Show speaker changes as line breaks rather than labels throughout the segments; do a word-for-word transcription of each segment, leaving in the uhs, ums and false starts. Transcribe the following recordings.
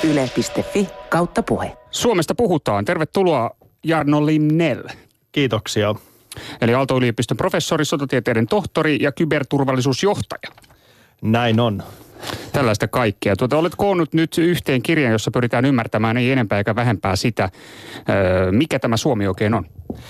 yle piste fi kautta puhe.
Suomesta puhutaan. Tervetuloa Jarno Limnell.
Kiitoksia.
Eli Aalto-yliopiston professori, sotatieteiden tohtori ja kyberturvallisuusjohtaja.
Näin on.
Tällaista kaikkea. Tuota, olet koonnut nyt yhteen kirjan, jossa pyritään ymmärtämään ei enempää eikä vähempää sitä, mikä tämä Suomi oikein on.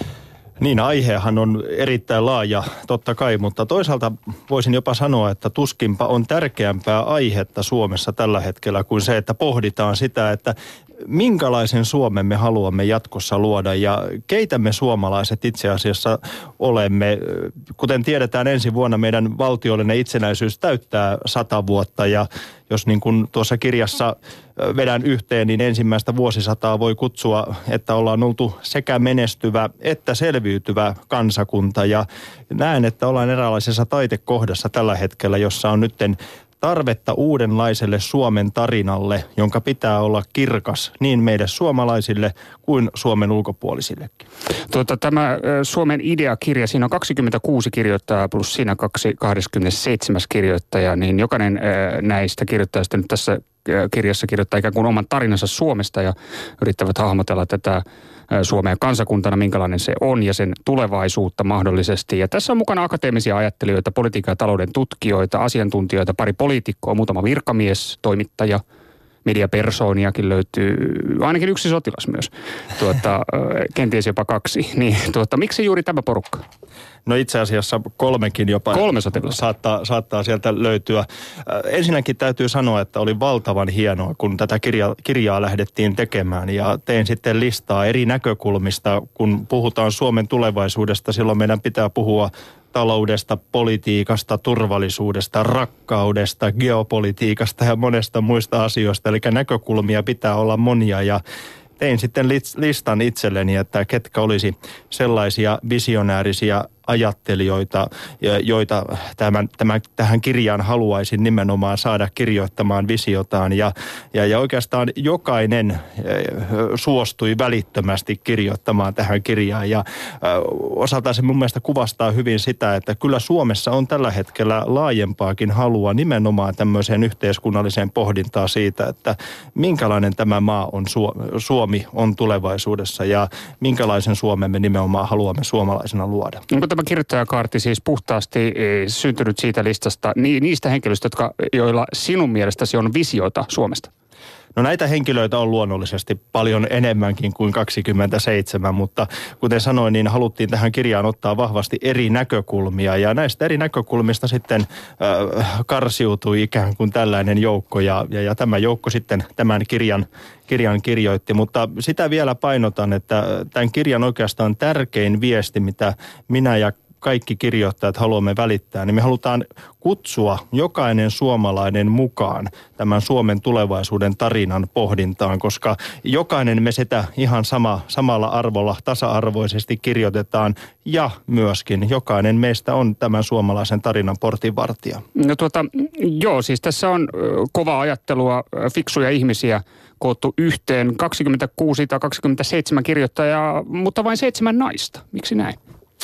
Niin, aihehan on erittäin laaja, totta kai, mutta toisaalta voisin jopa sanoa, että tuskinpa on tärkeämpää aihetta Suomessa tällä hetkellä kuin se, että pohditaan sitä, että minkälaisen Suomen me haluamme jatkossa luoda ja keitä me suomalaiset itse asiassa olemme. Kuten tiedetään, ensi vuonna meidän valtiollinen itsenäisyys täyttää sata vuotta ja jos niin kuin tuossa kirjassa vedän yhteen, niin ensimmäistä vuosisataa voi kutsua, että ollaan oltu sekä menestyvä että selviytyvä kansakunta ja näen, että ollaan eräänlaisessa taitekohdassa tällä hetkellä, jossa on nytten tarvetta uudenlaiselle Suomen tarinalle, jonka pitää olla kirkas niin meille suomalaisille kuin Suomen ulkopuolisillekin.
Tuota, tämä Suomen ideakirja, siinä on kaksikymmentäkuusi kirjoittajaa plus siinä kaksi, kaksikymmentäseitsemän kirjoittajaa, niin jokainen näistä kirjoittajista nyt tässä kirjassa kirjoittaa ikään kuin oman tarinansa Suomesta ja yrittävät hahmotella tätä Suomea kansakuntana, minkälainen se on ja sen tulevaisuutta mahdollisesti. Ja tässä on mukana akateemisia ajattelijoita, politiikan ja talouden tutkijoita, asiantuntijoita, pari poliitikkoa, muutama virkamies, toimittaja, mediapersooniakin löytyy, ainakin yksi sotilas myös, tuota, kenties jopa kaksi. Niin, tuota, miksi juuri tämä porukka?
No itse asiassa kolmekin jopa
Kolme sotilasta.
saattaa, saattaa sieltä löytyä. Ensinnäkin täytyy sanoa, että oli valtavan hienoa, kun tätä kirja, kirjaa lähdettiin tekemään ja tein sitten listaa eri näkökulmista. Kun puhutaan Suomen tulevaisuudesta, silloin meidän pitää puhua taloudesta, politiikasta, turvallisuudesta, rakkaudesta, geopolitiikasta ja monesta muista asioista. Eli näkökulmia pitää olla monia ja tein sitten listan itselleni, että ketkä olisi sellaisia visionäärisiä ajattelijoita, joita tämän, tämän, tähän kirjaan haluaisin nimenomaan saada kirjoittamaan visiotaan. Ja, ja, ja oikeastaan jokainen suostui välittömästi kirjoittamaan tähän kirjaan. Ja osaltaan se mun mielestä kuvastaa hyvin sitä, että kyllä Suomessa on tällä hetkellä laajempaakin halua nimenomaan tämmöiseen yhteiskunnalliseen pohdintaan siitä, että minkälainen tämä maa on, Suomi on tulevaisuudessa ja minkälaisen Suomen me nimenomaan haluamme suomalaisena luoda.
Onko tämä kirjoittajakaarti siis puhtaasti syntynyt siitä listasta, niistä henkilöistä, jotka, joilla sinun mielestäsi on visiota Suomesta?
No näitä henkilöitä on luonnollisesti paljon enemmänkin kuin kaksikymmentäseitsemän, mutta kuten sanoin, niin haluttiin tähän kirjaan ottaa vahvasti eri näkökulmia ja näistä eri näkökulmista sitten äh, karsiutui ikään kuin tällainen joukko ja, ja, ja tämä joukko sitten tämän kirjan, kirjan kirjoitti, mutta sitä vielä painotan, että tämän kirjan oikeastaan tärkein viesti, mitä minä ja kaikki kirjoittajat haluamme välittää, niin me halutaan kutsua jokainen suomalainen mukaan tämän Suomen tulevaisuuden tarinan pohdintaan, koska jokainen me sitä ihan sama, samalla arvolla tasa-arvoisesti kirjoitetaan ja myöskin jokainen meistä on tämän suomalaisen tarinan portinvartija.
No tuota, joo, siis tässä on kovaa ajattelua, fiksuja ihmisiä koottu yhteen, kaksikymmentäkuusi tai kaksikymmentäseitsemän kirjoittajaa, mutta vain seitsemän naista. Miksi näin?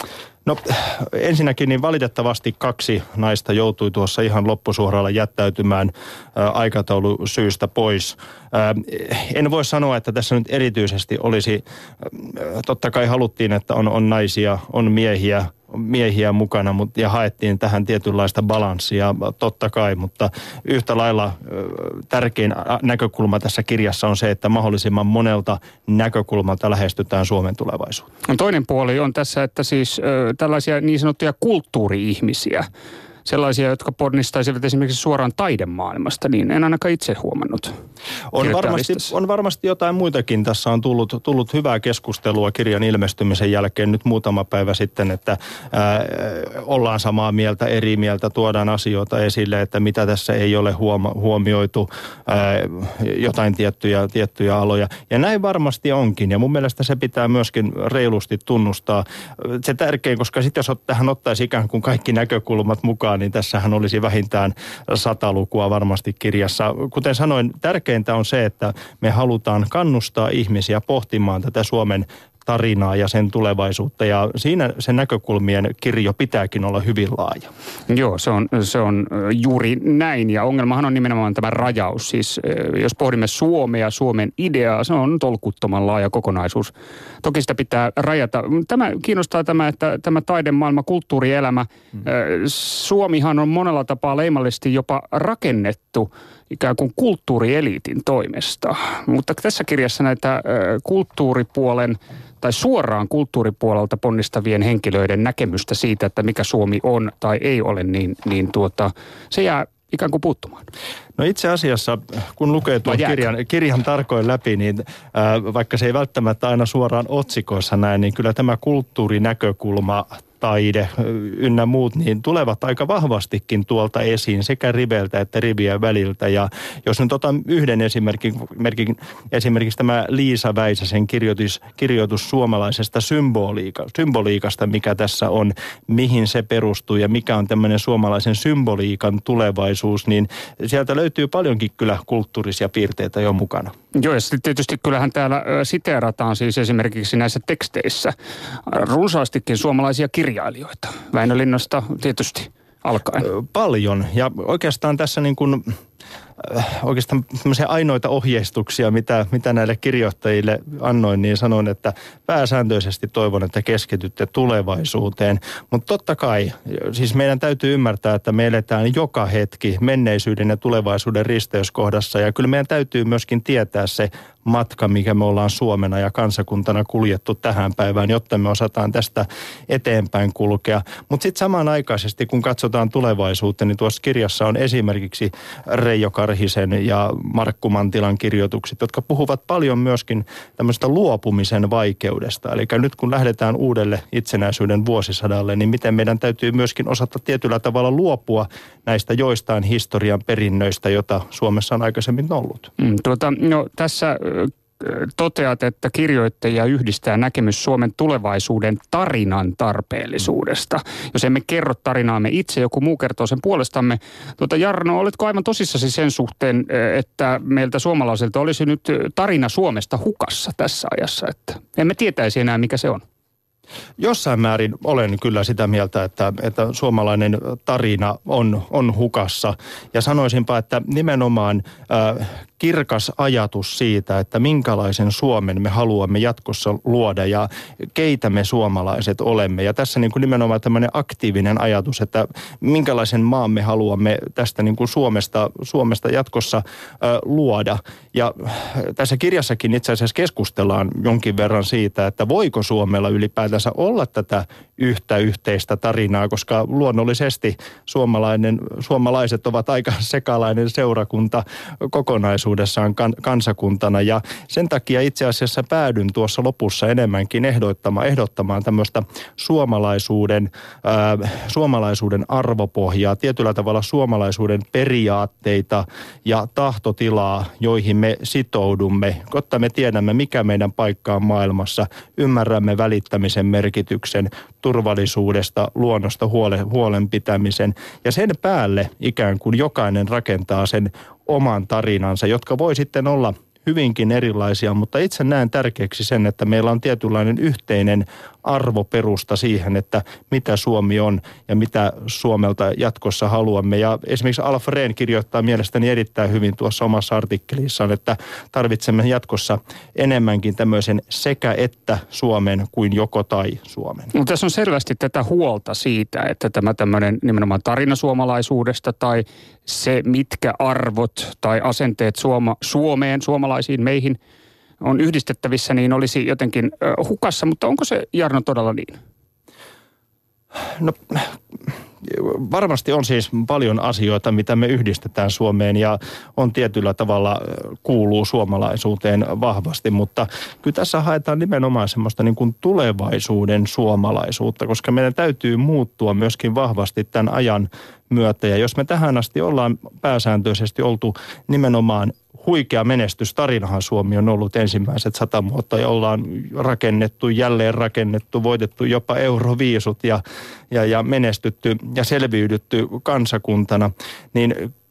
No ensinnäkin niin valitettavasti kaksi naista joutui tuossa ihan loppusuoralla jättäytymään ä, aikataulusyistä pois. Ä, en voi sanoa, että tässä nyt erityisesti olisi, ä, totta kai haluttiin, että on, on naisia, on miehiä, miehiä mukana mutta, ja haettiin tähän tietynlaista balanssia, totta kai, mutta yhtä lailla ö, tärkein näkökulma tässä kirjassa on se, että mahdollisimman monelta näkökulmalta lähestytään Suomen tulevaisuutta.
Toinen puoli on tässä, että siis ö, tällaisia niin sanottuja kulttuuri-ihmisiä, sellaisia, jotka ponnistaisivat esimerkiksi suoraan taidemaailmasta, niin en ainakaan itse huomannut.
On varmasti, on varmasti jotain muitakin. Tässä on tullut, tullut hyvää keskustelua kirjan ilmestymisen jälkeen nyt muutama päivä sitten, että ää, ollaan samaa mieltä, eri mieltä, tuodaan asioita esille, että mitä tässä ei ole huoma, huomioitu, ää, jotain tiettyjä, tiettyjä aloja. Ja näin varmasti onkin, ja mun mielestä se pitää myöskin reilusti tunnustaa. Se tärkein, koska sitten jos tähän ottaisi ikään kuin kaikki näkökulmat mukaan, niin tässähän olisi vähintään sata lukua varmasti kirjassa. Kuten sanoin, tärkeintä on se, että me halutaan kannustaa ihmisiä pohtimaan tätä Suomen tarinaa ja sen tulevaisuutta. Ja siinä sen näkökulmien kirjo pitääkin olla hyvin laaja.
Joo, se on, se on juuri näin. Ja ongelmahan on nimenomaan tämä rajaus. Siis jos pohdimme Suomea, Suomen ideaa, se on tolkuttoman laaja kokonaisuus. Toki sitä pitää rajata. Tämä kiinnostaa tämä, että tämä taidemaailma, kulttuurielämä, hmm. Suomihan on monella tapaa leimallisesti jopa rakennettu ikään kuin kulttuurieliitin toimesta. Mutta tässä kirjassa näitä kulttuuripuolen tai suoraan kulttuuripuolelta ponnistavien henkilöiden näkemystä siitä, että mikä Suomi on tai ei ole, niin, niin tuota, se jää ikään kuin puuttumaan.
No itse asiassa, kun lukee tuon kirjan, kirjan tarkoin läpi, niin ää, vaikka se ei välttämättä aina suoraan otsikoissa näe, niin kyllä tämä kulttuurinäkökulma, taide ynnä muut, niin tulevat aika vahvastikin tuolta esiin sekä riveiltä että rivien väliltä. Ja jos nyt otan yhden esimerkin, esimerkiksi tämä Liisa Väisäsen kirjoitus, kirjoitus suomalaisesta symboliika, symboliikasta, mikä tässä on, mihin se perustuu ja mikä on tämmöinen suomalaisen symboliikan tulevaisuus, niin sieltä löytyy paljonkin kyllä kulttuurisia piirteitä jo mukana.
Joo, ja tietysti kyllähän täällä siteerataan siis esimerkiksi näissä teksteissä runsaastikin suomalaisia kirjailijoita. Väinö Linnasta tietysti alkaen.
Paljon, ja oikeastaan tässä niin kuin oikeastaan ainoita ohjeistuksia, mitä, mitä näille kirjoittajille annoin, niin sanoin, että pääsääntöisesti toivon, että keskitytte tulevaisuuteen. Mutta totta kai, siis meidän täytyy ymmärtää, että me eletään joka hetki menneisyyden ja tulevaisuuden risteyskohdassa. Ja kyllä meidän täytyy myöskin tietää se matka, mikä me ollaan Suomena ja kansakuntana kuljettu tähän päivään, jotta me osataan tästä eteenpäin kulkea. Mutta sitten samanaikaisesti, kun katsotaan tulevaisuuteen, niin tuossa kirjassa on esimerkiksi Reijo Karhisen ja Markku Mantilan kirjoitukset, jotka puhuvat paljon myöskin tämmöistä luopumisen vaikeudesta. Eli nyt kun lähdetään uudelle itsenäisyyden vuosisadalle, niin miten meidän täytyy myöskin osata tietyllä tavalla luopua näistä joistain historian perinnöistä, jota Suomessa on aikaisemmin ollut.
Mm, tuota, no, tässä toteat, että kirjoittajia yhdistää näkemys Suomen tulevaisuuden tarinan tarpeellisuudesta. Jos emme kerro tarinaamme itse, joku muu kertoo sen puolestamme. Tuota, Jarno, oletko aivan tosissasi sen suhteen, että meiltä suomalaisilta olisi nyt tarina Suomesta hukassa tässä ajassa, että emme tietäisi enää, mikä se on?
Jossain määrin olen kyllä sitä mieltä, että, että suomalainen tarina on, on hukassa. Ja sanoisinpa, että nimenomaan äh, kirkas ajatus siitä, että minkälaisen Suomen me haluamme jatkossa luoda ja keitä me suomalaiset olemme. Ja tässä niin kuin nimenomaan tämmöinen aktiivinen ajatus, että minkälaisen maan me haluamme tästä niin kuin Suomesta, Suomesta jatkossa äh, luoda. Ja tässä kirjassakin itse asiassa keskustellaan jonkin verran siitä, että voiko Suomella ylipäätään olla tätä yhtä yhteistä tarinaa, koska luonnollisesti suomalainen, suomalaiset ovat aika sekalainen seurakunta kokonaisuudessaan kan, kansakuntana. Ja sen takia itse asiassa päädyn tuossa lopussa enemmänkin ehdottamaan, ehdottamaan tämmöistä suomalaisuuden, äh, suomalaisuuden arvopohjaa, tietyllä tavalla suomalaisuuden periaatteita ja tahtotilaa, joihin me sitoudumme, jotta me tiedämme, mikä meidän paikka on maailmassa, ymmärrämme välittämisen merkityksen, turvallisuudesta, luonnosta huole, huolen pitämisen. Ja sen päälle ikään kuin jokainen rakentaa sen oman tarinansa, jotka voi sitten olla hyvinkin erilaisia, mutta itse näen tärkeäksi sen, että meillä on tietynlainen yhteinen arvoperusta siihen, että mitä Suomi on ja mitä Suomelta jatkossa haluamme. Ja esimerkiksi Alf Rehn kirjoittaa mielestäni erittäin hyvin tuossa omassa artikkelissaan, että tarvitsemme jatkossa enemmänkin tämmöisen sekä että Suomen kuin joko tai Suomen.
No, tässä on selvästi tätä huolta siitä, että tämä tämmöinen nimenomaan tarina suomalaisuudesta tai se, mitkä arvot tai asenteet Suoma, Suomeen, suomalaisiin, meihin on yhdistettävissä, niin olisi jotenkin hukassa, mutta onko se, Jarno, todella niin?
No varmasti on siis paljon asioita, mitä me yhdistetään Suomeen ja on tietyllä tavalla kuuluu suomalaisuuteen vahvasti, mutta kyllä tässä haetaan nimenomaan semmoista niin kuin tulevaisuuden suomalaisuutta, koska meidän täytyy muuttua myöskin vahvasti tämän ajan myötä. Ja jos me tähän asti ollaan pääsääntöisesti oltu nimenomaan huikea menestystarinahan Suomi on ollut ensimmäiset sata vuotta ja ollaan rakennettu, jälleen rakennettu, voitettu jopa euroviisut ja, ja, ja menestytty ja selviydytty kansakuntana, niin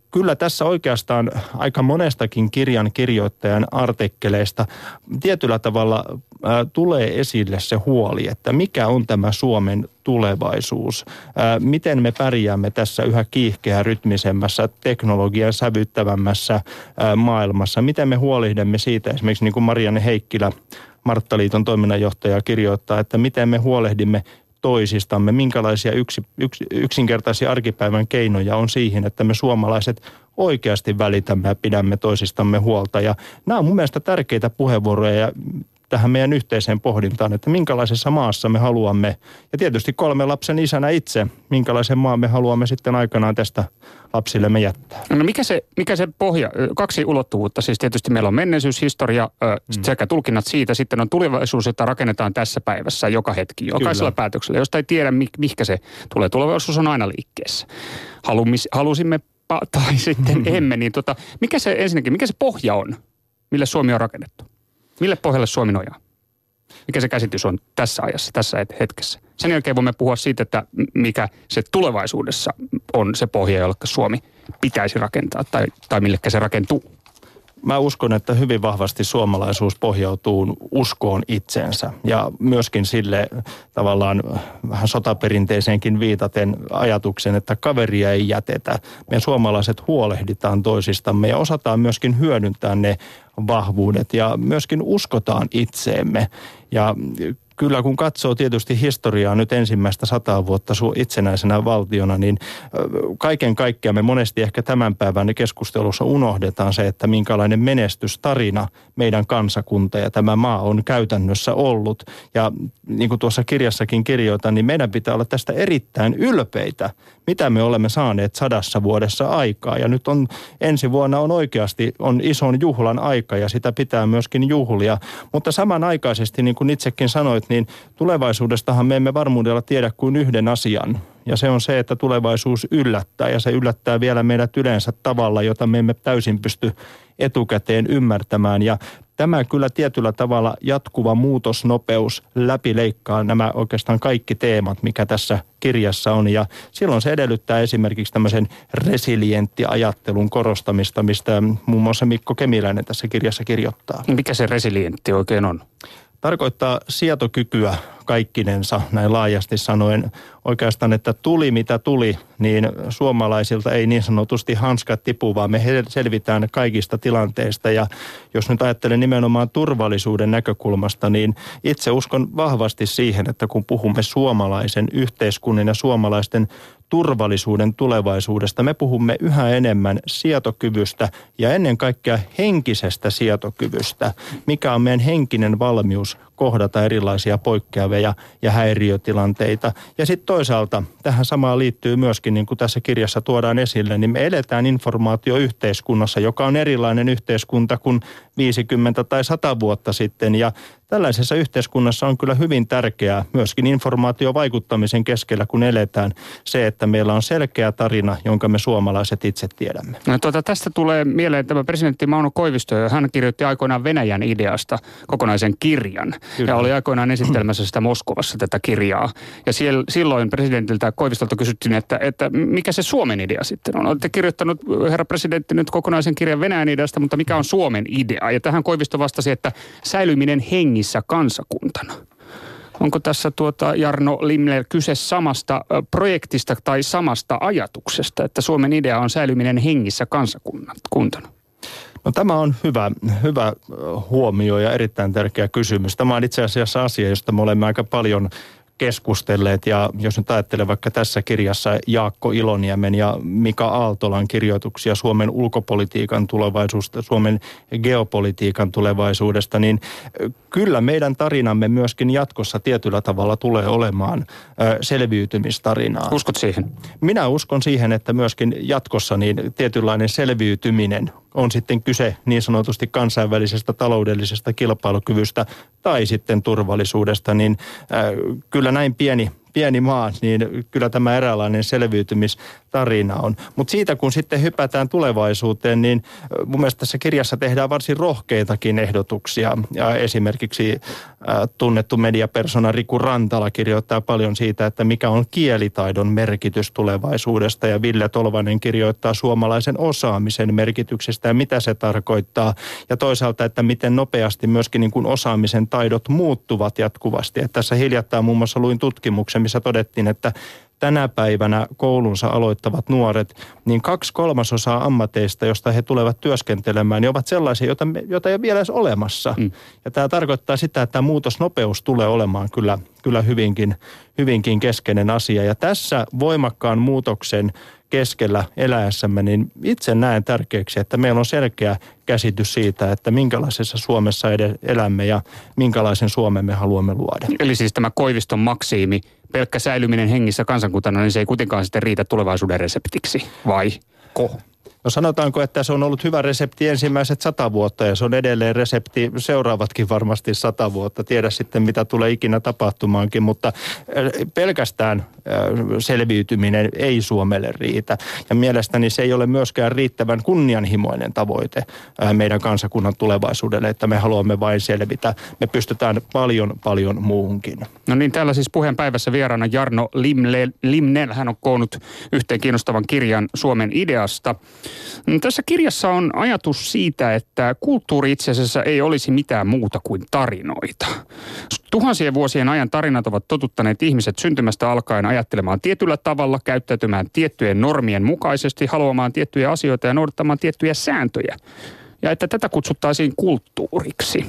kyllä tässä oikeastaan aika monestakin kirjan kirjoittajan artikkeleista tietyllä tavalla ää, tulee esille se huoli, että mikä on tämä Suomen tulevaisuus. Ää, miten me pärjäämme tässä yhä kiihkeä rytmisemmässä, teknologian sävyttävämmässä ää, maailmassa. Miten me huolehdimme siitä, esimerkiksi niin kuin Marianne Heikkilä, Marttaliiton toiminnanjohtaja, kirjoittaa, että miten me huolehdimme toisistamme, minkälaisia yksi, yks, yksinkertaisia arkipäivän keinoja on siihen, että me suomalaiset oikeasti välitämme ja pidämme toisistamme huolta. Ja nämä on mun mielestä tärkeitä puheenvuoroja ja tähän meidän yhteiseen pohdintaan, että minkälaisessa maassa me haluamme, ja tietysti kolmen lapsen isänä itse, minkälaisen maan me haluamme sitten aikanaan tästä lapsillemme jättää.
No mikä se, mikä se pohja, kaksi ulottuvuutta, siis tietysti meillä on menneisyys, historia mm. sekä tulkinnat siitä, sitten on tulevaisuus, jota rakennetaan tässä päivässä joka hetki, jokaisella Kyllä. päätöksellä, josta ei tiedä, mikä se tulee. Tulevaisuus on aina liikkeessä. Halumis, halusimme tai sitten emme, niin tota, mikä se ensinnäkin, mikä se pohja on, mille Suomi on rakennettu? Mille pohjalle Suomi nojaa? Mikä se käsitys on tässä ajassa, tässä hetkessä? Sen jälkeen voimme puhua siitä, että mikä se tulevaisuudessa on se pohja, jolle Suomi pitäisi rakentaa tai, tai millekä se rakentuu.
Mä uskon, että hyvin vahvasti suomalaisuus pohjautuu uskoon itseensä ja myöskin sille tavallaan vähän sotaperinteiseenkin viitaten ajatuksen, että kaveria ei jätetä. Me suomalaiset huolehditaan toisistamme ja osataan myöskin hyödyntää ne vahvuudet ja myöskin uskotaan itseemme. Ja kyllä kun katsoo tietysti historiaa nyt ensimmäistä sataa vuotta itsenäisenä valtiona, niin kaiken kaikkiaan me monesti ehkä tämän päivän keskustelussa unohdetaan se, että minkälainen menestystarina meidän kansakunta ja tämä maa on käytännössä ollut. Ja niin kuin tuossa kirjassakin kirjoitan, niin meidän pitää olla tästä erittäin ylpeitä, mitä me olemme saaneet sadassa vuodessa aikaa. Ja nyt on ensi vuonna on oikeasti on ison juhlan aika ja sitä pitää myöskin juhlia. Mutta samanaikaisesti, niin kuin itsekin sanoit, niin tulevaisuudestahan me emme varmuudella tiedä kuin yhden asian. Ja se on se, että tulevaisuus yllättää ja se yllättää vielä meidät yleensä tavalla, jota me emme täysin pysty etukäteen ymmärtämään. Ja tämä kyllä tietyllä tavalla jatkuva muutosnopeus läpileikkaa nämä oikeastaan kaikki teemat, mikä tässä kirjassa on. Ja silloin se edellyttää esimerkiksi tämmöisen resilienttiajattelun korostamista, mistä muun muassa Mikko Kemiläinen tässä kirjassa kirjoittaa.
Mikä se resilientti oikein on?
Tarkoittaa sietokykyä kaikkinensa, näin laajasti sanoen. Oikeastaan, että tuli mitä tuli, niin suomalaisilta ei niin sanotusti hanskat tipu, vaan me selvitään kaikista tilanteista. Ja jos nyt ajattelen nimenomaan turvallisuuden näkökulmasta, niin itse uskon vahvasti siihen, että kun puhumme suomalaisen yhteiskunnan ja suomalaisten turvallisuuden tulevaisuudesta, me puhumme yhä enemmän sietokyvystä ja ennen kaikkea henkisestä sietokyvystä, mikä on meidän henkinen valmius kohdata erilaisia poikkeavia ja häiriötilanteita. Ja sitten toisaalta tähän samaan liittyy myöskin, niin kuin tässä kirjassa tuodaan esille, niin me eletään informaatioyhteiskunnassa, joka on erilainen yhteiskunta kuin viisikymmentä tai sata vuotta sitten. Ja tällaisessa yhteiskunnassa on kyllä hyvin tärkeää myöskin informaatiovaikuttamisen keskellä, kun eletään se, että meillä on selkeä tarina, jonka me suomalaiset itse tiedämme.
No, tuota, tästä tulee mieleen tämä presidentti Mauno Koivisto, ja hän kirjoitti aikoinaan Venäjän ideasta kokonaisen kirjan. Kyllä. Ja oli aikoinaan esittelemässä sitä Moskovassa tätä kirjaa. Ja siellä, silloin presidentiltä Koivistolta kysyttiin, että, että mikä se Suomen idea sitten on. Olette kirjoittanut, herra presidentti, nyt kokonaisen kirjan Venäjän ideasta, mutta mikä on Suomen idea? Ja tähän Koivisto vastasi, että säilyminen hengissä kansakuntana. Onko tässä tuota Jarno Limner kyse samasta projektista tai samasta ajatuksesta, että Suomen idea on säilyminen hengissä kansakuntana?
No tämä on hyvä, hyvä huomio ja erittäin tärkeä kysymys. Tämä on itse asiassa asia, josta me olemme aika paljon keskustelleet, ja jos nyt ajattelen vaikka tässä kirjassa Jaakko Iloniemen ja Mika Aaltolan kirjoituksia Suomen ulkopolitiikan tulevaisuudesta, Suomen geopolitiikan tulevaisuudesta, niin kyllä meidän tarinamme myöskin jatkossa tietyllä tavalla tulee olemaan selviytymistarinaa.
Uskot siihen?
Minä uskon siihen, että myöskin jatkossa niin tietynlainen selviytyminen on sitten kyse niin sanotusti kansainvälisestä taloudellisesta kilpailukyvystä tai sitten turvallisuudesta, niin äh, kyllä näin pieni, pieni maa, niin kyllä tämä eräänlainen selviytymistarina on. Mutta siitä kun sitten hypätään tulevaisuuteen, niin mun mielestä tässä kirjassa tehdään varsin rohkeitakin ehdotuksia. Ja esimerkiksi tunnettu mediapersona Riku Rantala kirjoittaa paljon siitä, että mikä on kielitaidon merkitys tulevaisuudesta. Ja Ville Tolvanen kirjoittaa suomalaisen osaamisen merkityksestä ja mitä se tarkoittaa. Ja toisaalta, että miten nopeasti myöskin niin kuin osaamisen taidot muuttuvat jatkuvasti. Että tässä hiljattain muun muassa luin tutkimuksen, missä todettiin, että tänä päivänä koulunsa aloittavat nuoret, niin kaksi kolmasosaa ammateista, josta he tulevat työskentelemään, niin ovat sellaisia, joita, joita ei ole vielä edes olemassa. Mm. Ja tämä tarkoittaa sitä, että tämä muutosnopeus tulee olemaan kyllä, kyllä hyvinkin, hyvinkin keskeinen asia. Ja tässä voimakkaan muutoksen keskellä eläessämme, niin itse näen tärkeäksi, että meillä on selkeä käsitys siitä, että minkälaisessa Suomessa elämme ja minkälaisen Suomen me haluamme luoda.
Eli siis tämä Koiviston maksiimi, pelkkä säilyminen hengissä kansakuntana, niin se ei kuitenkaan sitten riitä tulevaisuuden reseptiksi, vai ko?
No sanotaanko, että se on ollut hyvä resepti ensimmäiset sata vuotta ja se on edelleen resepti seuraavatkin varmasti sata vuotta. Tiedä sitten, mitä tulee ikinä tapahtumaankin, mutta pelkästään selviytyminen ei Suomelle riitä. Ja mielestäni se ei ole myöskään riittävän kunnianhimoinen tavoite meidän kansakunnan tulevaisuudelle, että me haluamme vain selvitä. Me pystytään paljon, paljon muuhunkin.
No niin, täällä siis puheenpäivässä vieraana Jarno Limnell. Hän on koonnut yhteen kiinnostavan kirjan Suomen ideasta. Tässä kirjassa on ajatus siitä, että kulttuuri itse asiassa ei olisi mitään muuta kuin tarinoita. Tuhansien vuosien ajan tarinat ovat totuttaneet ihmiset syntymästä alkaen ajattelemaan tietyllä tavalla, käyttäytymään tiettyjen normien mukaisesti, haluamaan tiettyjä asioita ja noudattamaan tiettyjä sääntöjä. Ja että tätä kutsuttaisiin kulttuuriksi.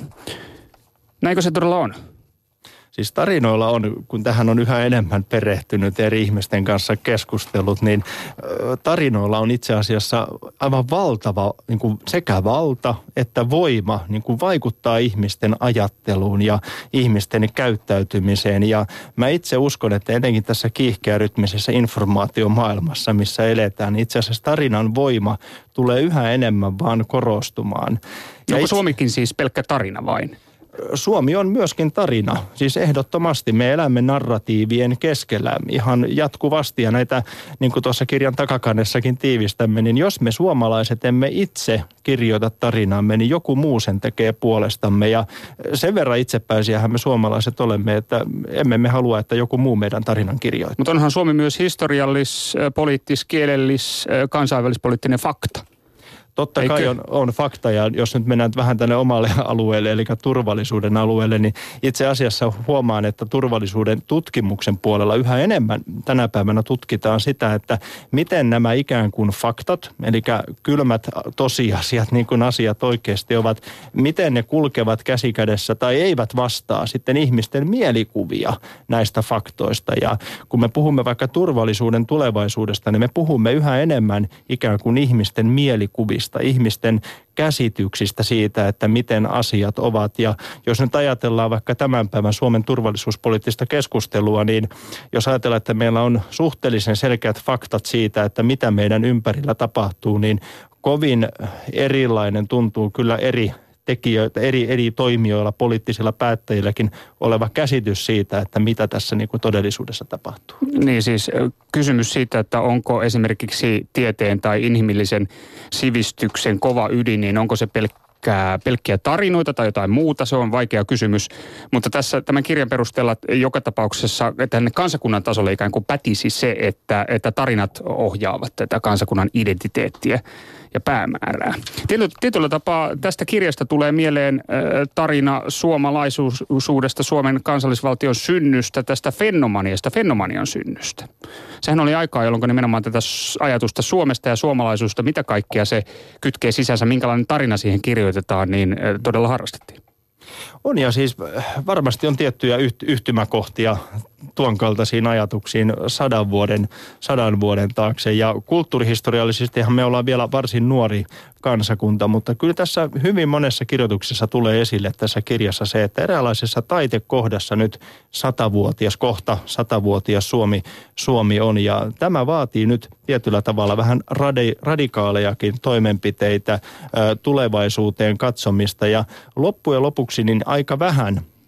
Näinkö se todella on?
Siis tarinoilla on, kun tähän on yhä enemmän perehtynyt eri ihmisten kanssa keskustellut, niin tarinoilla on itse asiassa aivan valtava niin kuin sekä valta että voima niin kuin vaikuttaa ihmisten ajatteluun ja ihmisten käyttäytymiseen. Ja mä itse uskon, että etenkin tässä kiihkeärytmisessä informaatiomaailmassa, missä eletään, niin itse asiassa tarinan voima tulee yhä enemmän vaan korostumaan.
Onko itse... Suomikin siis pelkkä tarina vain?
Suomi on myöskin tarina. Siis ehdottomasti me elämme narratiivien keskellä ihan jatkuvasti. Ja näitä, niin kuin tuossa kirjan takakannessakin tiivistämme, niin jos me suomalaiset emme itse kirjoita tarinamme, niin joku muu sen tekee puolestamme. Ja sen verran itsepäisiähän me suomalaiset olemme, että emme me halua, että joku muu meidän tarinan kirjoittaa.
Mutta onhan Suomi myös historiallis, poliittis, kielellis, kansainvälispoliittinen fakta.
Totta kai on, on fakta, ja jos nyt mennään vähän tänne omalle alueelle, eli turvallisuuden alueelle, niin itse asiassa huomaan, että turvallisuuden tutkimuksen puolella yhä enemmän tänä päivänä tutkitaan sitä, että miten nämä ikään kuin faktat, eli kylmät tosiasiat, niin kuin asiat oikeasti ovat, miten ne kulkevat käsikädessä tai eivät vastaa sitten ihmisten mielikuvia näistä faktoista. Ja kun me puhumme vaikka turvallisuuden tulevaisuudesta, niin me puhumme yhä enemmän ikään kuin ihmisten mielikuvista, ihmisten käsityksistä siitä, että miten asiat ovat. Ja jos nyt ajatellaan vaikka tämän päivän Suomen turvallisuuspoliittista keskustelua, niin jos ajatellaan, että meillä on suhteellisen selkeät faktat siitä, että mitä meidän ympärillä tapahtuu, niin kovin erilainen tuntuu kyllä eri tekijöitä, eri, eri toimijoilla, poliittisilla päättäjilläkin oleva käsitys siitä, että mitä tässä niin kuin todellisuudessa tapahtuu.
Niin siis kysymys siitä, että onko esimerkiksi tieteen tai inhimillisen sivistyksen kova ydin, niin onko se pelkkää, pelkkiä tarinoita tai jotain muuta, se on vaikea kysymys. Mutta tässä tämän kirjan perusteella joka tapauksessa tänne kansakunnan tasolle ikään kuin pätisi se, että, että tarinat ohjaavat tätä kansakunnan identiteettiä ja päämäärää. Tietyllä, tietyllä tapaa tästä kirjasta tulee mieleen äh, tarina suomalaisuudesta, Suomen kansallisvaltion synnystä, tästä fenomaniasta, fenomanian synnystä. Sehän oli aikaa, jolloin nimenomaan tätä ajatusta Suomesta ja suomalaisuudesta, mitä kaikkea se kytkee sisänsä, minkälainen tarina siihen kirjoitetaan, niin äh, todella harrastettiin.
On, ja siis varmasti on tiettyjä yhtymäkohtia tuon kaltaisiin ajatuksiin sadan vuoden, sadan vuoden taakse. Ja kulttuurihistoriallisestihan me ollaan vielä varsin nuori kansakunta, mutta kyllä tässä hyvin monessa kirjoituksessa tulee esille tässä kirjassa se, että eräänlaisessa taitekohdassa nyt satavuotias, kohta satavuotias Suomi, Suomi on. Ja tämä vaatii nyt tietyllä tavalla vähän radi, radikaalejakin toimenpiteitä, tulevaisuuteen katsomista. Ja loppujen lopuksi niin aika vähän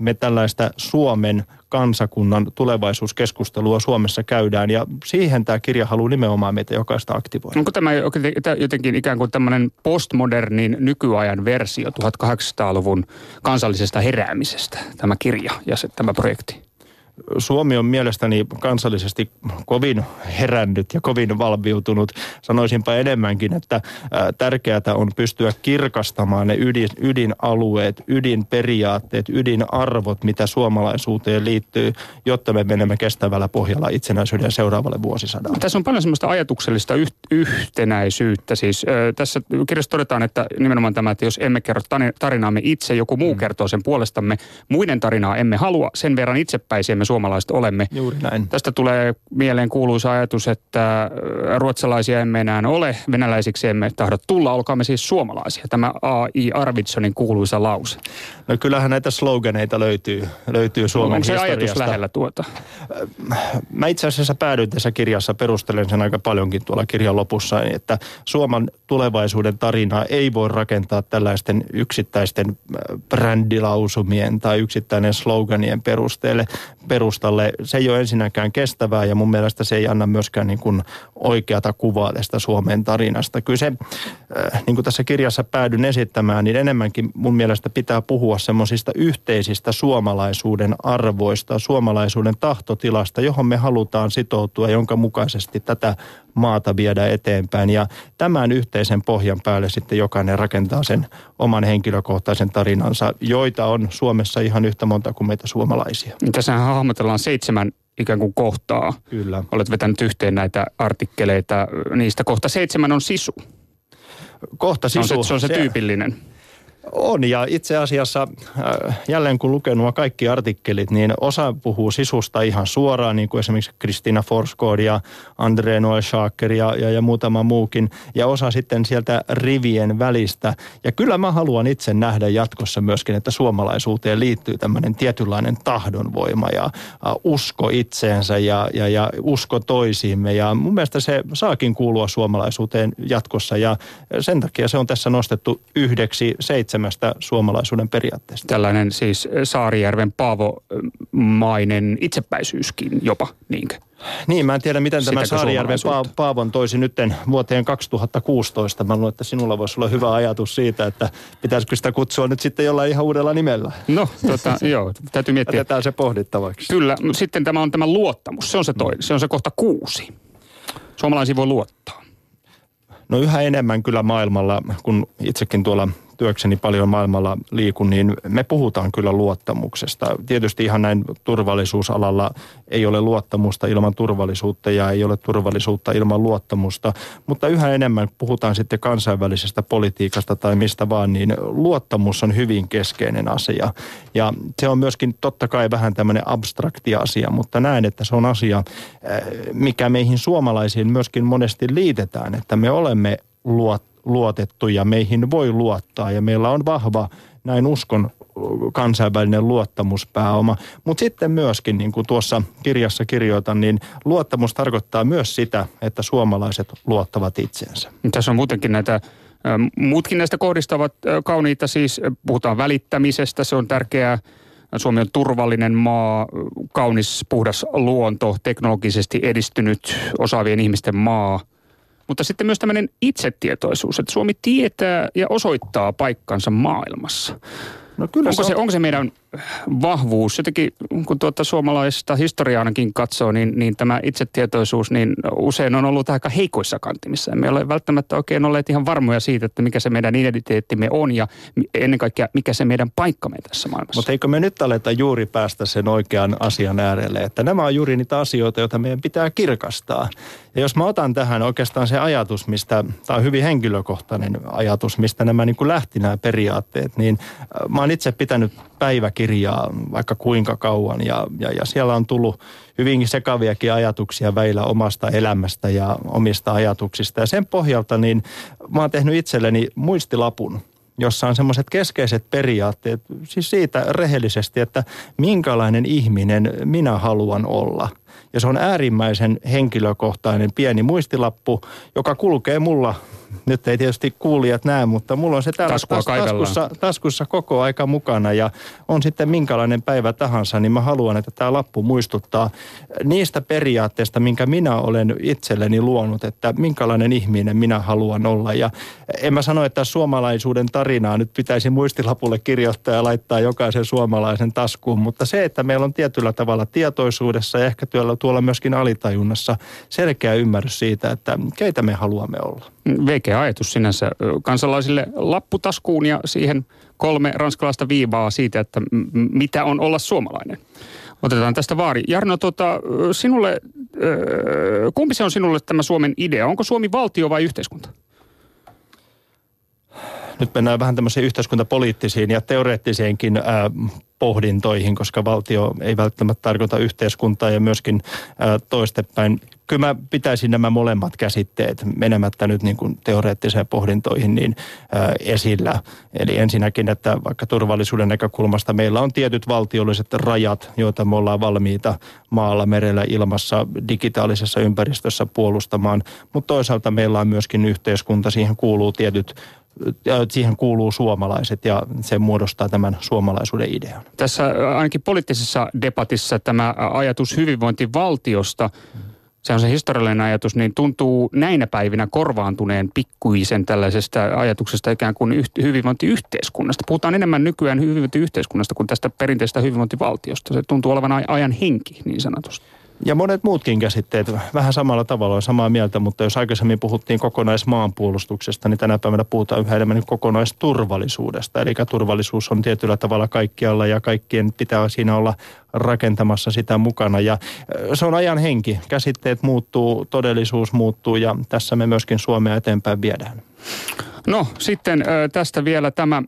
me tällaista Suomen kansakunnan tulevaisuuskeskustelua Suomessa käydään, ja siihen tämä kirja haluaa nimenomaan meitä jokaista aktivoida.
Onko tämä jotenkin ikään kuin tämmöinen postmodernin nykyajan versio tuhatkahdeksansataaluvun kansallisesta heräämisestä, tämä kirja ja se, tämä projekti?
Suomi on mielestäni kansallisesti kovin herännyt ja kovin valmiutunut. Sanoisinpa enemmänkin, että tärkeää on pystyä kirkastamaan ne ydin, ydinalueet, ydinperiaatteet, ydinarvot, mitä suomalaisuuteen liittyy, jotta me menemme kestävällä pohjalla itsenäisyyden seuraavalle vuosisadalle.
Tässä on paljon semmoista ajatuksellista yh- yhtenäisyyttä. Siis, äh, tässä kirjassa todetaan, että nimenomaan tämä, että jos emme kerro tarinaamme itse, joku muu kertoo sen puolestamme. Muiden tarinaa emme halua, sen verran itsepäisiä me suomalaiset olemme.
Juuri näin.
Tästä tulee mieleen kuuluisa ajatus, että ruotsalaisia emme enää ole, venäläisiksi emme tahdo tulla, olkaamme siis suomalaisia. Tämä A I Arvidssonin kuuluisa lause.
No kyllähän näitä sloganeita löytyy, löytyy Suomen
Onko se
historiasta.
ajatus lähellä tuota?
Mä itse asiassa päädyin tässä kirjassa, perustelen sen aika paljonkin tuolla kirjan lopussa, että Suomen tulevaisuuden tarinaa ei voi rakentaa tällaisten yksittäisten brändilausumien tai yksittäinen sloganien perusteelle. perustalle. Se ei ole ensinnäkään kestävää ja mun mielestä se ei anna myöskään niin kuin oikeata kuvaa tästä Suomen tarinasta. Kyllä se, niin kuin tässä kirjassa päädyn esittämään, niin enemmänkin mun mielestä pitää puhua semmoisista yhteisistä suomalaisuuden arvoista, suomalaisuuden tahtotilasta, johon me halutaan sitoutua, jonka mukaisesti tätä maata viedä eteenpäin. Ja tämän yhteisen pohjan päälle sitten jokainen rakentaa sen oman henkilökohtaisen tarinansa, joita on Suomessa ihan yhtä monta kuin meitä suomalaisia.
Tässähän hahmotellaan seitsemän ikään kuin kohtaa.
Kyllä.
Olet vetänyt yhteen näitä artikkeleita. Niistä kohta seitsemän on sisu.
Kohta sisu.
Se on se, se, on se tyypillinen.
On, ja itse asiassa äh, jälleen kun luken nuo kaikki artikkelit, niin osa puhuu sisusta ihan suoraan, niin kuin esimerkiksi Kristina Forsgård ja André Noel Schaker ja, ja, ja muutama muukin, ja osa sitten sieltä rivien välistä. Ja kyllä mä haluan itse nähdä jatkossa myöskin, että suomalaisuuteen liittyy tämmöinen tietynlainen tahdonvoima ja äh, usko itseensä ja, ja, ja usko toisiimme, ja mun mielestä se saakin kuulua suomalaisuuteen jatkossa, ja sen takia se on tässä nostettu yhdeksi seitsemän suomalaisuuden periaatteesta.
Tällainen siis Saarijärven Paavo-mainen itsepäisyyskin jopa, niinkö?
Niin, mä en tiedä, miten tämä Saarijärven Paavon toisi nytten vuoteen kaksituhattakuusitoista. Mä luulen, että sinulla voisi olla hyvä ajatus siitä, että pitäisikö sitä kutsua nyt sitten jollain ihan uudella nimellä.
No, tota, joo, täytyy miettiä.
Jätetään se pohdittavaksi.
Kyllä, sitten tämä on tämä luottamus. Se on se toinen, se on se kohta kuusi. Suomalaisiin voi luottaa.
No yhä enemmän kyllä maailmalla, kun itsekin tuolla työkseni paljon maailmalla liikun, niin me puhutaan kyllä luottamuksesta. Tietysti ihan näin turvallisuusalalla ei ole luottamusta ilman turvallisuutta ja ei ole turvallisuutta ilman luottamusta, mutta yhä enemmän puhutaan sitten kansainvälisestä politiikasta tai mistä vaan, niin luottamus on hyvin keskeinen asia. Ja se on myöskin totta kai vähän tämmöinen abstrakti asia, mutta näen, että se on asia, mikä meihin suomalaisiin myöskin monesti liitetään, että me olemme luottamusta. luotettu ja meihin voi luottaa ja meillä on vahva, näin uskon, kansainvälinen luottamuspääoma. Mutta sitten myöskin, niin kuin tuossa kirjassa kirjoitan, niin luottamus tarkoittaa myös sitä, että suomalaiset luottavat itseensä.
Tässä on muutenkin näitä, muutkin näistä kohdista ovat kauniita, siis puhutaan välittämisestä, se on tärkeää. Suomi on turvallinen maa, kaunis, puhdas luonto, teknologisesti edistynyt, osaavien ihmisten maa. Mutta sitten myös tämmöinen itsetietoisuus, että Suomi tietää ja osoittaa paikkansa maailmassa.
No kyllä
onko,
se,
se, onko se meidän vahvuus? Jotenkin kun tuota suomalaista historiaa ainakin katsoo, niin, niin tämä itsetietoisuus niin usein on ollut aika heikoissa kantimissa. Emme ole välttämättä oikein olleet ihan varmoja siitä, että mikä se meidän identiteettimme on ja ennen kaikkea mikä se meidän paikkamme tässä maailmassa.
Mutta eikö me nyt aleta juuri päästä sen oikean asian äärelle, että nämä on juuri niitä asioita, joita meidän pitää kirkastaa. Ja jos mä otan tähän oikeastaan se ajatus, mistä, tämä on hyvin henkilökohtainen ajatus, mistä nämä niin kuin lähti nämä periaatteet, niin mä oon itse pitänyt päiväkirjaa vaikka kuinka kauan ja, ja, ja siellä on tullut hyvinkin sekaviakin ajatuksia väillä omasta elämästä ja omista ajatuksista. Ja sen pohjalta niin mä oon tehnyt itselleni muistilapun, jossa on semmoiset keskeiset periaatteet, siis siitä rehellisesti, että minkälainen ihminen minä haluan olla. Ja se on äärimmäisen henkilökohtainen pieni muistilappu, joka kulkee mulla. Nyt ei tietysti kuulijat näe, mutta mulla on se täällä tas, taskussa, taskussa koko aika mukana ja on sitten minkälainen päivä tahansa, niin mä haluan, että tämä lappu muistuttaa niistä periaatteista, minkä minä olen itselleni luonut, että minkälainen ihminen minä haluan olla. Ja en mä sano, että suomalaisuuden tarinaa nyt pitäisi muistilapulle kirjoittaa ja laittaa jokaisen suomalaisen taskuun, mutta se, että meillä on tietyllä tavalla tietoisuudessa ja ehkä tuolla, tuolla myöskin alitajunnassa selkeä ymmärrys siitä, että keitä me haluamme olla.
Veikeä ajatus sinänsä kansalaisille lapputaskuun ja siihen kolme ranskalaista viivaa siitä, että m- mitä on olla suomalainen. Otetaan tästä vaari. Jarno, tota, sinulle, öö, kumpi se on sinulle tämä Suomen idea? Onko Suomi valtio vai yhteiskunta?
Nyt mennään vähän tämmöisiin yhteiskuntapoliittisiin ja teoreettiseenkin ää, pohdintoihin, koska valtio ei välttämättä tarkoita yhteiskuntaa ja myöskin ää, toistepäin. Kyllä mä pitäisin nämä molemmat käsitteet menemättä nyt niin kuin teoreettiseen pohdintoihin niin ää, esillä. Eli ensinnäkin, että vaikka turvallisuuden näkökulmasta meillä on tietyt valtiolliset rajat, joita me ollaan valmiita maalla, merellä, ilmassa, digitaalisessa ympäristössä puolustamaan. Mutta toisaalta meillä on myöskin yhteiskunta, siihen kuuluu tietyt siihen kuuluu suomalaiset ja se muodostaa tämän suomalaisuuden idean.
Tässä ainakin poliittisessa debatissa tämä ajatus hyvinvointivaltiosta, se on se historiallinen ajatus, niin tuntuu näinä päivinä korvaantuneen pikkuisen tällaisesta ajatuksesta ikään kuin hyvinvointiyhteiskunnasta. Puhutaan enemmän nykyään hyvinvointiyhteiskunnasta kuin tästä perinteisestä hyvinvointivaltiosta. Se tuntuu olevan ajan henki niin sanotusti.
Ja monet muutkin käsitteet vähän samalla tavalla on samaa mieltä, mutta jos aikaisemmin puhuttiin kokonaismaanpuolustuksesta, niin tänä päivänä puhutaan yhä enemmän kokonaisturvallisuudesta. Eli turvallisuus on tietyllä tavalla kaikkialla ja kaikkien pitää siinä olla rakentamassa sitä mukana. Ja se on ajan henki. Käsitteet muuttuu, todellisuus muuttuu ja tässä me myöskin Suomea eteenpäin viedään.
No sitten tästä vielä tämä,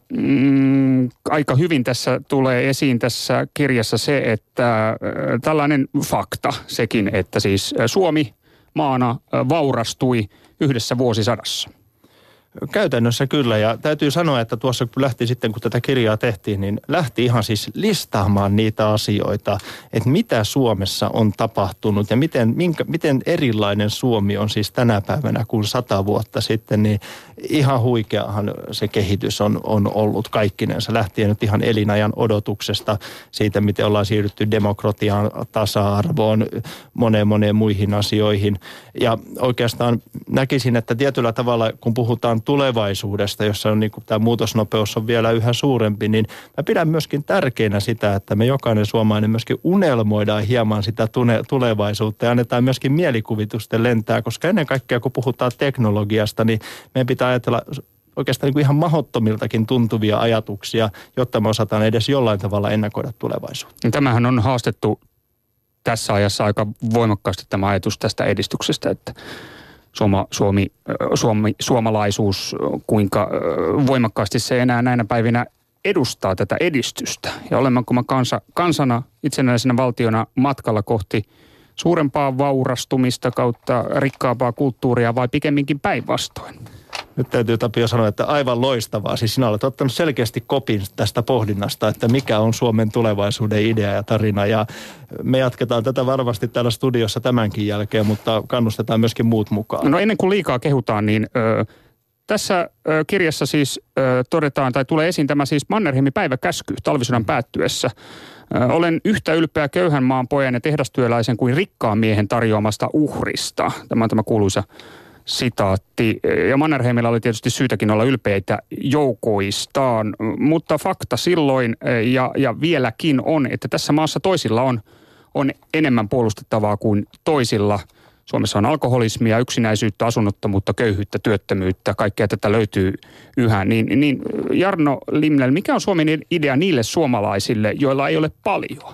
mm, aika hyvin tässä tulee esiin tässä kirjassa se, että tällainen fakta sekin, että siis Suomi maana vaurastui yhdessä vuosisadassa.
Käytännössä kyllä ja täytyy sanoa, että tuossa kun lähti sitten, kun tätä kirjaa tehtiin, niin lähti ihan siis listaamaan niitä asioita, että mitä Suomessa on tapahtunut ja miten, minkä, miten erilainen Suomi on siis tänä päivänä kuin sata vuotta sitten, niin ihan huikeahan se kehitys on, on ollut kaikkinensa. Lähtien nyt ihan elinajan odotuksesta siitä, miten ollaan siirrytty demokratiaan, tasa-arvoon, moneen moneen muihin asioihin. Ja oikeastaan näkisin, että tietyllä tavalla, kun puhutaan tulevaisuudesta, jossa on niin kuin tämä muutosnopeus on vielä yhä suurempi, niin mä pidän myöskin tärkeänä sitä, että me jokainen suomalainen myöskin unelmoidaan hieman sitä tune- tulevaisuutta ja annetaan myöskin mielikuvitusten lentää, koska ennen kaikkea kun puhutaan teknologiasta, niin meidän pitää ajatella oikeastaan niin kuin ihan mahdottomiltakin tuntuvia ajatuksia, jotta me osataan edes jollain tavalla ennakoida tulevaisuutta.
Tämähän on haastettu tässä ajassa aika voimakkaasti tämä ajatus tästä edistyksestä, että Suoma, Suomi, Suomi, suomalaisuus, kuinka voimakkaasti se enää näinä päivinä edustaa tätä edistystä. Ja olemmeko me kansa, kansana, itsenäisenä valtiona matkalla kohti suurempaa vaurastumista kautta rikkaampaa kulttuuria vai pikemminkin päinvastoin?
Nyt täytyy Tapio sanoa, että aivan loistavaa. Siis sinä olet ottanut selkeästi kopin tästä pohdinnasta, että mikä on Suomen tulevaisuuden idea ja tarina. Ja me jatketaan tätä varmasti täällä studiossa tämänkin jälkeen, mutta kannustetaan myöskin muut mukaan. No
ennen kuin liikaa kehutaan, niin ö, tässä ö, kirjassa siis ö, todetaan, tai tulee esiin tämä siis Mannerheimin päiväkäsky talvisodan päättyessä. Ö, olen yhtä ylpeä köyhän maan pojan ja tehdastyöläisen kuin rikkaan miehen tarjoamasta uhrista. Tämä on tämä kuuluisa sitaatti. Ja Mannerheimilla oli tietysti syytäkin olla ylpeitä joukoistaan, mutta fakta silloin ja, ja vieläkin on, että tässä maassa toisilla on, on enemmän puolustettavaa kuin toisilla. Suomessa on alkoholismia, yksinäisyyttä, asunnottomuutta, köyhyyttä, työttömyyttä, kaikkea tätä löytyy yhä. Niin, niin Jarno Limnell, mikä on Suomen idea niille suomalaisille, joilla ei ole paljon?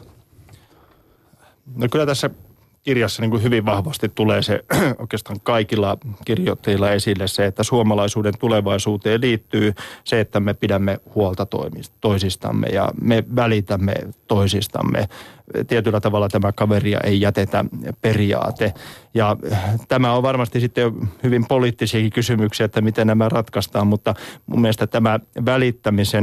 No kyllä tässä kirjassa niin kuin hyvin vahvasti tulee se oikeastaan kaikilla kirjoittajilla esille se, että suomalaisuuden tulevaisuuteen liittyy se, että me pidämme huolta toisistamme ja me välitämme toisistamme. Tietyllä tavalla tämä kaveria ei jätetä periaate. Ja tämä on varmasti sitten hyvin poliittisiakin kysymyksiä, että miten nämä ratkaistaan, mutta mun mielestä tämä välittämisen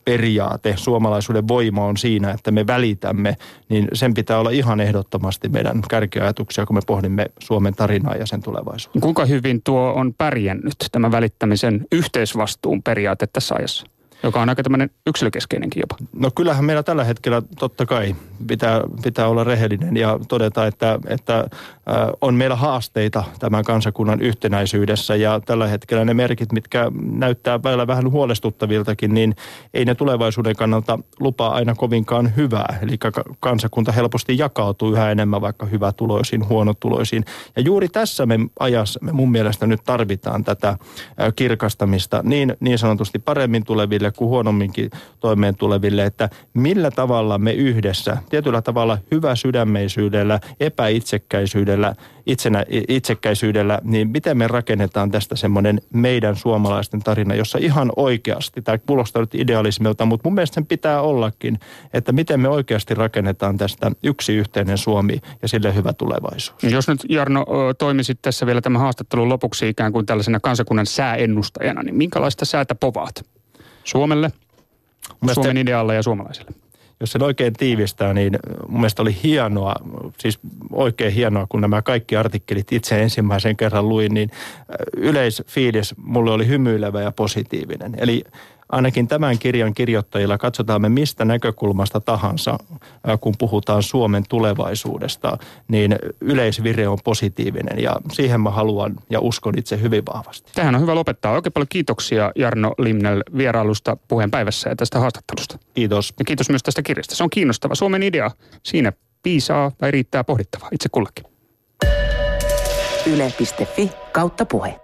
periaate, suomalaisuuden voima on siinä, että me välitämme, niin sen pitää olla ihan ehdottomasti meidän kärkiajatuksia, kun me pohdimme Suomen tarinaa ja sen tulevaisuutta.
Kuinka hyvin tuo on pärjännyt tämä välittämisen yhteisvastuun periaate tässä ajassa, joka on aika tämmöinen yksilökeskeinenkin jopa?
No kyllähän meillä tällä hetkellä totta kai pitää, pitää olla rehellinen ja todeta, että, että äh, on meillä haasteita tämän kansakunnan yhtenäisyydessä ja tällä hetkellä ne merkit, mitkä näyttää välillä vähän huolestuttaviltakin, niin ei ne tulevaisuuden kannalta lupaa aina kovinkaan hyvää. Eli kansakunta helposti jakautuu yhä enemmän vaikka hyvätuloisiin, huonotuloisiin. Ja juuri tässä me ajassa me mun mielestä nyt tarvitaan tätä äh, kirkastamista niin, niin sanotusti paremmin tuleville kuin huonomminkin toimeen tuleville, että millä tavalla me yhdessä, tietyllä tavalla hyvä sydämeisyydellä, epäitsekkäisyydellä, itsenä, itsekkäisyydellä, niin miten me rakennetaan tästä semmoinen meidän suomalaisten tarina, jossa ihan oikeasti, tämä kuulostaa nyt idealismilta, mutta mun mielestä sen pitää ollakin, että miten me oikeasti rakennetaan tästä yksi yhteinen Suomi ja sille hyvä tulevaisuus.
Jos nyt Jarno toimisit tässä vielä tämän haastattelun lopuksi ikään kuin tällaisena kansakunnan sääennustajana, niin minkälaista säätä povaat Suomelle, Suomen idealle ja suomalaisille?
Jos sen oikein tiivistää, niin mun mielestä oli hienoa, siis oikein hienoa, kun nämä kaikki artikkelit itse ensimmäisen kerran luin, niin yleisfiilis mulle oli hymyilevä ja positiivinen. Eli ainakin tämän kirjan kirjoittajilla katsotaan me mistä näkökulmasta tahansa, kun puhutaan Suomen tulevaisuudesta, niin yleisvire on positiivinen ja siihen mä haluan ja uskon itse hyvin vahvasti.
Tähän on hyvä lopettaa. Oikein paljon kiitoksia Jarno Limnell vierailusta Puheen päivässä ja tästä haastattelusta.
Kiitos.
Ja kiitos myös tästä kirjasta. Se on kiinnostava. Suomen idea. Siinä piisaa tai riittää pohdittavaa itse kullekin.
Yle piste fi kautta puhe.